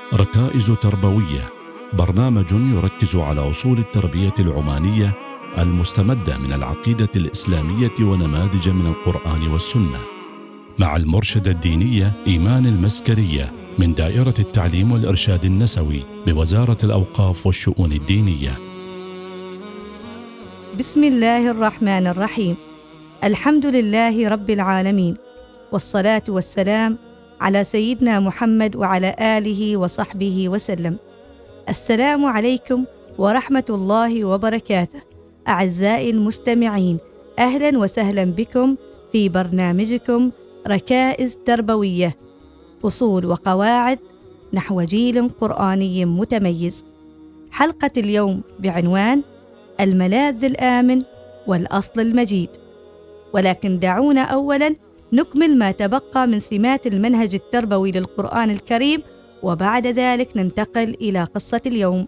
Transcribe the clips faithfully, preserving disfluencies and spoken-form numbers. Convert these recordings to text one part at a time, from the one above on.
ركائز تربوية، برنامج يركز على أصول التربية العمانية المستمدة من العقيدة الإسلامية ونماذج من القرآن والسنة، مع المرشدة الدينية إيمان المسكرية من دائرة التعليم والإرشاد النسوي بوزارة الأوقاف والشؤون الدينية. بسم الله الرحمن الرحيم. الحمد لله رب العالمين، والصلاة والسلام على سيدنا محمد وعلى آله وصحبه وسلم. السلام عليكم ورحمة الله وبركاته. أعزائي المستمعين، أهلا وسهلا بكم في برنامجكم ركائز تربوية، أصول وقواعد نحو جيل قرآني متميز. حلقة اليوم بعنوان الملاذ الآمن والأصل المجيد. ولكن دعونا أولا نكمل ما تبقى من سمات المنهج التربوي للقرآن الكريم، وبعد ذلك ننتقل إلى قصة اليوم.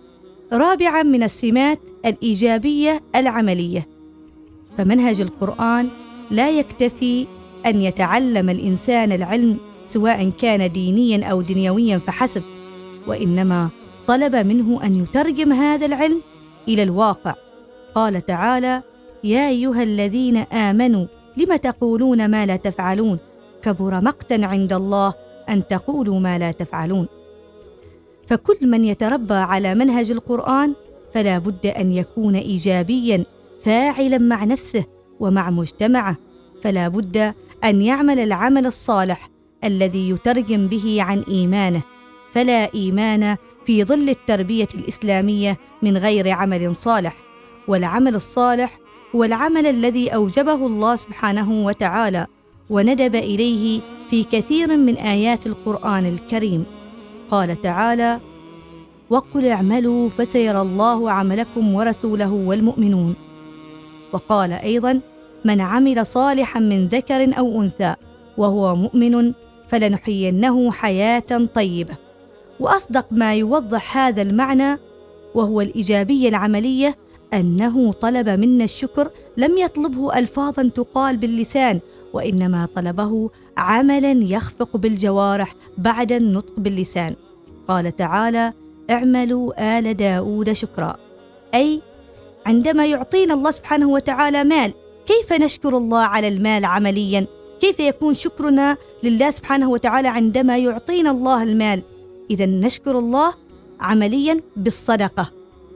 رابعا من السمات الإيجابية العملية. فمنهج القرآن لا يكتفي أن يتعلم الإنسان العلم سواء كان دينيا أو دنيويا فحسب، وإنما طلب منه أن يترجم هذا العلم إلى الواقع. قال تعالى: يا أيها الذين آمنوا لم تقولون ما لا تفعلون كبر مقتا عند الله أن تقولوا ما لا تفعلون. فكل من يتربى على منهج القرآن فلا بد أن يكون إيجابيا فاعلا مع نفسه ومع مجتمعه، فلا بد أن يعمل العمل الصالح الذي يترجم به عن إيمانه، فلا إيمان في ظل التربية الإسلامية من غير عمل صالح. والعمل الصالح هو العمل الذي أوجبه الله سبحانه وتعالى وندب إليه في كثير من آيات القرآن الكريم. قال تعالى: وقل اعملوا فسيرى الله عملكم ورسوله والمؤمنون. وقال أيضا: من عمل صالحا من ذكر أو أنثى وهو مؤمن فلنحيينه حياة طيبة. وأصدق ما يوضح هذا المعنى وهو الإيجابية العملية أنه طلب منا الشكر، لم يطلبه ألفاظا تقال باللسان، وإنما طلبه عملا يخفق بالجوارح بعد النطق باللسان. قال تعالى: اعملوا آل داود شكرا، أي عندما يعطينا الله سبحانه وتعالى مال، كيف نشكر الله على المال عمليا؟ كيف يكون شكرنا لله سبحانه وتعالى عندما يعطينا الله المال؟ إذا نشكر الله عمليا بالصدقة.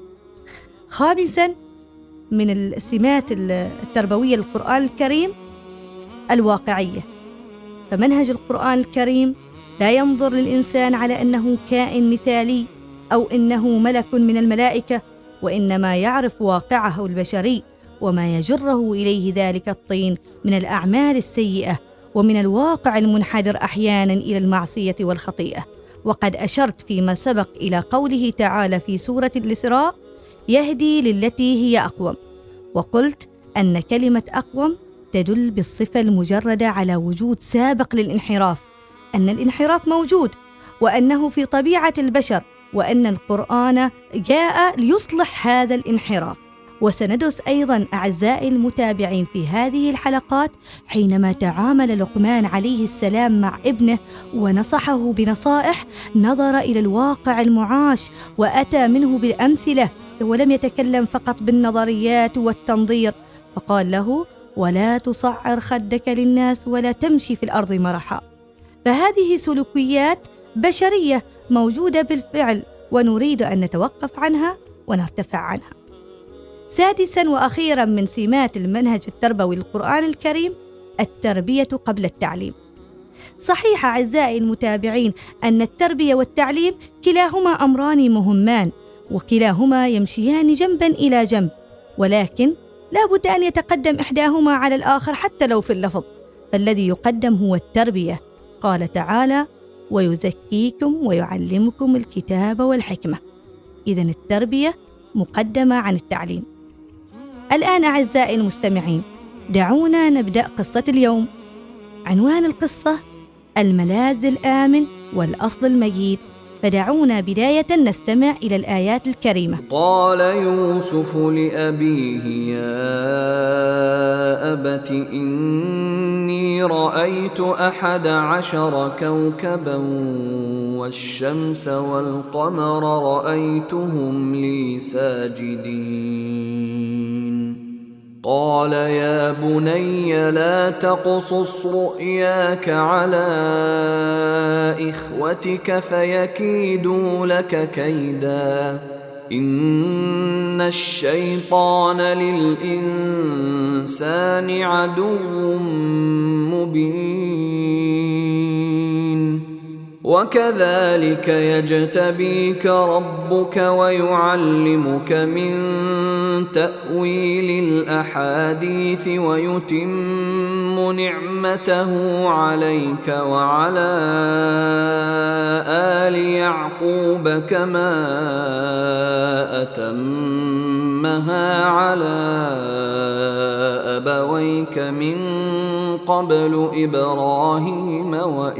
خامسا من السمات التربوية للقرآن الكريم الواقعية. فمنهج القرآن الكريم لا ينظر للإنسان على أنه كائن مثالي أو أنه ملك من الملائكة، وإنما يعرف واقعه البشري وما يجره إليه ذلك الطين من الأعمال السيئة ومن الواقع المنحدر أحيانا إلى المعصية والخطيئة. وقد أشرت فيما سبق إلى قوله تعالى في سورة الإسراء: يهدي للتي هي أقوم. وقلت أن كلمة أقوم تدل بالصفة المجردة على وجود سابق للانحراف، أن الانحراف موجود وأنه في طبيعة البشر، وأن القرآن جاء ليصلح هذا الانحراف. وسندرس أيضا أعزائي المتابعين في هذه الحلقات حينما تعامل لقمان عليه السلام مع ابنه ونصحه بنصائح نظر إلى الواقع المعاش وأتى منه بالأمثلة، ولم يتكلم فقط بالنظريات والتنظير، فقال له: ولا تصعر خدك للناس ولا تمشي في الأرض مرحا. فهذه سلوكيات بشرية موجودة بالفعل، ونريد أن نتوقف عنها ونرتفع عنها. سادسا وأخيرا من سمات المنهج التربوي للقرآن الكريم التربية قبل التعليم. صحيح أعزائي المتابعين أن التربية والتعليم كلاهما أمران مهمان، وكلاهما يمشيان جنبا إلى جنب، ولكن لا بد أن يتقدم إحداهما على الآخر حتى لو في اللفظ، فالذي يقدم هو التربية. قال تعالى: ويزكيكم ويعلمكم الكتاب والحكمة. إذن التربية مقدمة عن التعليم. الآن أعزائي المستمعين، دعونا نبدأ قصة اليوم. عنوان القصة: الملاذ الآمن والأصل المجيد فدعونا بداية نستمع إلى الآيات الكريمة. قال يوسف لأبيه يا أبت إني رأيت أحد عشر كوكبا والشمس والقمر رأيتهم لي ساجدين. قال يا بني لا تقصص رؤياك على إخوتك فيكيدوا لك كيدا إن الشيطان للإنسان عدو مبين وكذلك يجتبيك ربك ويعلمك من تأويل الأحاديث ويتم نعمته عليك وعلى آل يعقوب كما أتمها على أبويك من قبل إبراهيم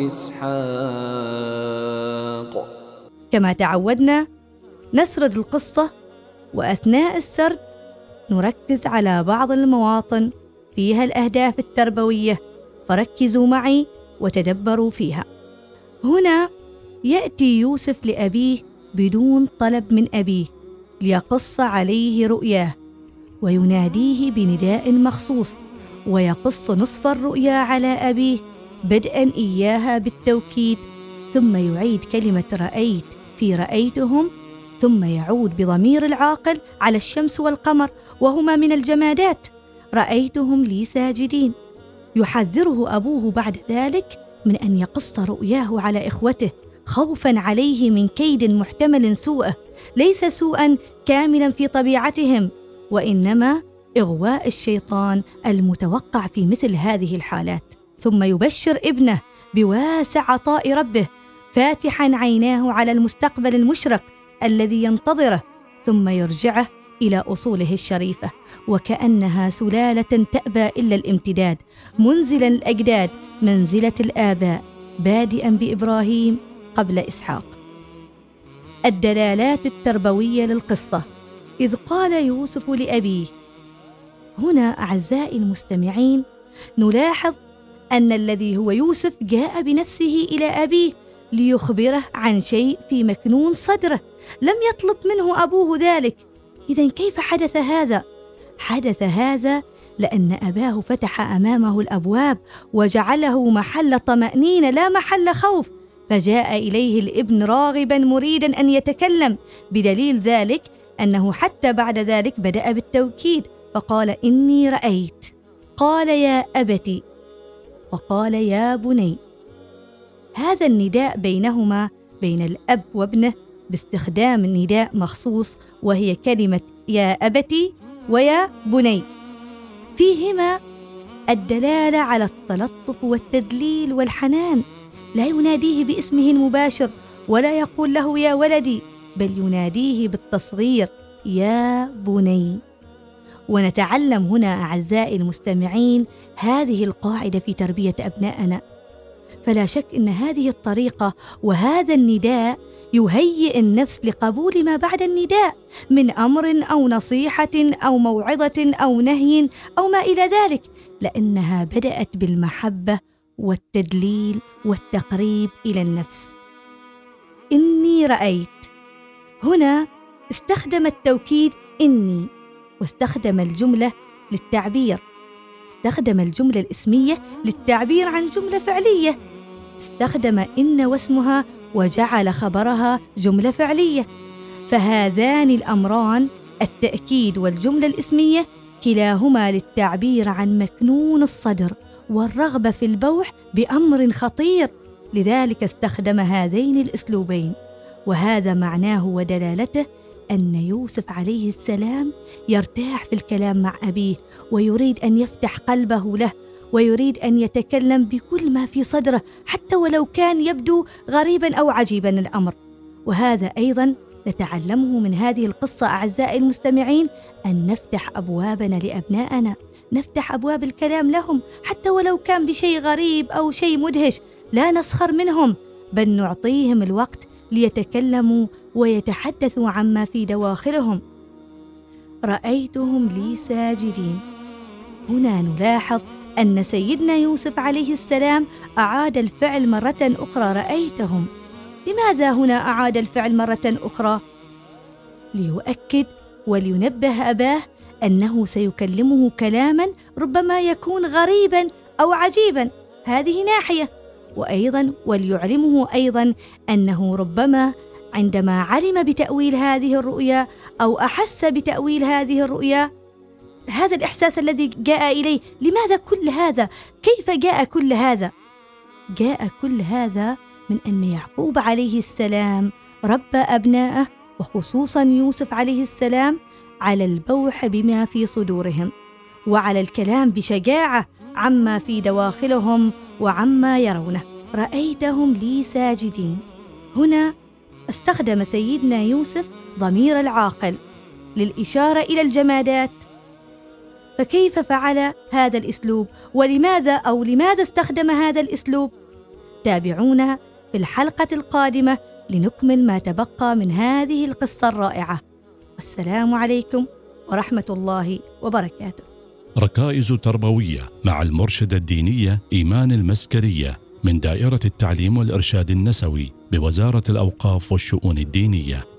وإسحاق. كما تعودنا نسرد القصة، وأثناء السرد نركز على بعض المواطن فيها الأهداف التربوية، فركزوا معي وتدبروا فيها. هنا يأتي يوسف لأبيه بدون طلب من أبيه ليقص عليه رؤياه، ويناديه بنداء مخصوص ويقص نصف الرؤيا على أبيه بدءا إياها بالتوكيد، ثم يعيد كلمة رأيت في رأيتهم، ثم يعود بضمير العاقل على الشمس والقمر وهما من الجمادات رأيتهم لي ساجدين. يحذره أبوه بعد ذلك من أن يقص رؤياه على إخوته خوفا عليه من كيد محتمل سوءه، ليس سوءا كاملا في طبيعتهم، وإنما إغواء الشيطان المتوقع في مثل هذه الحالات. ثم يبشر ابنه بواسع عطاء ربه فاتحا عيناه على المستقبل المشرق الذي ينتظره، ثم يرجعه إلى أصوله الشريفة وكأنها سلالة تأبى إلا الامتداد، منزلا الأجداد منزلة الآباء بادئا بإبراهيم قبل إسحاق. الدلالات التربوية للقصة. إذ قال يوسف لأبيه، هنا أعزائي المستمعين نلاحظ أن الذي هو يوسف جاء بنفسه إلى أبيه ليخبره عن شيء في مكنون صدره، لم يطلب منه أبوه ذلك. إذن كيف حدث هذا؟ حدث هذا لأن أباه فتح أمامه الأبواب وجعله محل طمأنينة لا محل خوف، فجاء إليه الابن راغبا مريدا أن يتكلم، بدليل ذلك أنه حتى بعد ذلك بدأ بالتوكيد فقال إني رأيت، قال يا أبتي، وقال يا بني. هذا النداء بينهما بين الأب وابنه باستخدام نداء مخصوص وهي كلمة يا أبتي ويا بني، فيهما الدلالة على التلطف والتدليل والحنان، لا يناديه باسمه المباشر ولا يقول له يا ولدي، بل يناديه بالتصغير يا بني. ونتعلم هنا أعزائي المستمعين هذه القاعدة في تربية أبنائنا، فلا شك أن هذه الطريقة وهذا النداء يهيئ النفس لقبول ما بعد النداء من أمر أو نصيحة أو موعظة أو نهي أو ما إلى ذلك، لأنها بدأت بالمحبة والتدليل والتقريب إلى النفس. إني رأيت، هنا استخدم التوكيد إني، واستخدم الجملة للتعبير، استخدم الجملة الاسمية للتعبير عن جملة فعلية، استخدم إن واسمها وجعل خبرها جملة فعلية. فهذان الأمران التأكيد والجملة الاسمية كلاهما للتعبير عن مكنون الصدر والرغبة في البوح بأمر خطير، لذلك استخدم هذين الأسلوبين. وهذا معناه ودلالته أن يوسف عليه السلام يرتاح في الكلام مع أبيه ويريد أن يفتح قلبه له ويريد أن يتكلم بكل ما في صدره حتى ولو كان يبدو غريبا أو عجيبا الأمر. وهذا أيضا نتعلمه من هذه القصة أعزائي المستمعين، أن نفتح أبوابنا لأبنائنا، نفتح أبواب الكلام لهم حتى ولو كان بشيء غريب أو شيء مدهش، لا نسخر منهم بل نعطيهم الوقت ليتكلموا ويتحدثوا عما في دواخلهم. رأيتهم لي ساجدين. هنا نلاحظ أن سيدنا يوسف عليه السلام أعاد الفعل مرة أخرى رأيتهم. لماذا هنا أعاد الفعل مرة أخرى؟ ليؤكد ولينبه أباه أنه سيكلمه كلاما ربما يكون غريبا أو عجيبا، هذه ناحية، وأيضا وليعلمه أيضا أنه ربما عندما علم بتأويل هذه الرؤيا أو أحس بتأويل هذه الرؤيا، هذا الإحساس الذي جاء إليه، لماذا كل هذا؟ كيف جاء كل هذا؟ جاء كل هذا من أن يعقوب عليه السلام ربى أبناءه وخصوصا يوسف عليه السلام على البوح بما في صدورهم، وعلى الكلام بشجاعة عما في دواخلهم وعما يرونه. رأيتهم لي ساجدين. هنا استخدم سيدنا يوسف ضمير العاقل للإشارة إلى الجمادات. فكيف فعل هذا الأسلوب؟ ولماذا أو لماذا استخدم هذا الأسلوب؟ تابعونا في الحلقة القادمة لنكمل ما تبقى من هذه القصة الرائعة. والسلام عليكم ورحمة الله وبركاته. ركائز تربوية مع المرشدة الدينية إيمان المسكرية من دائرة التعليم والإرشاد النسوي بوزارة الأوقاف والشؤون الدينية.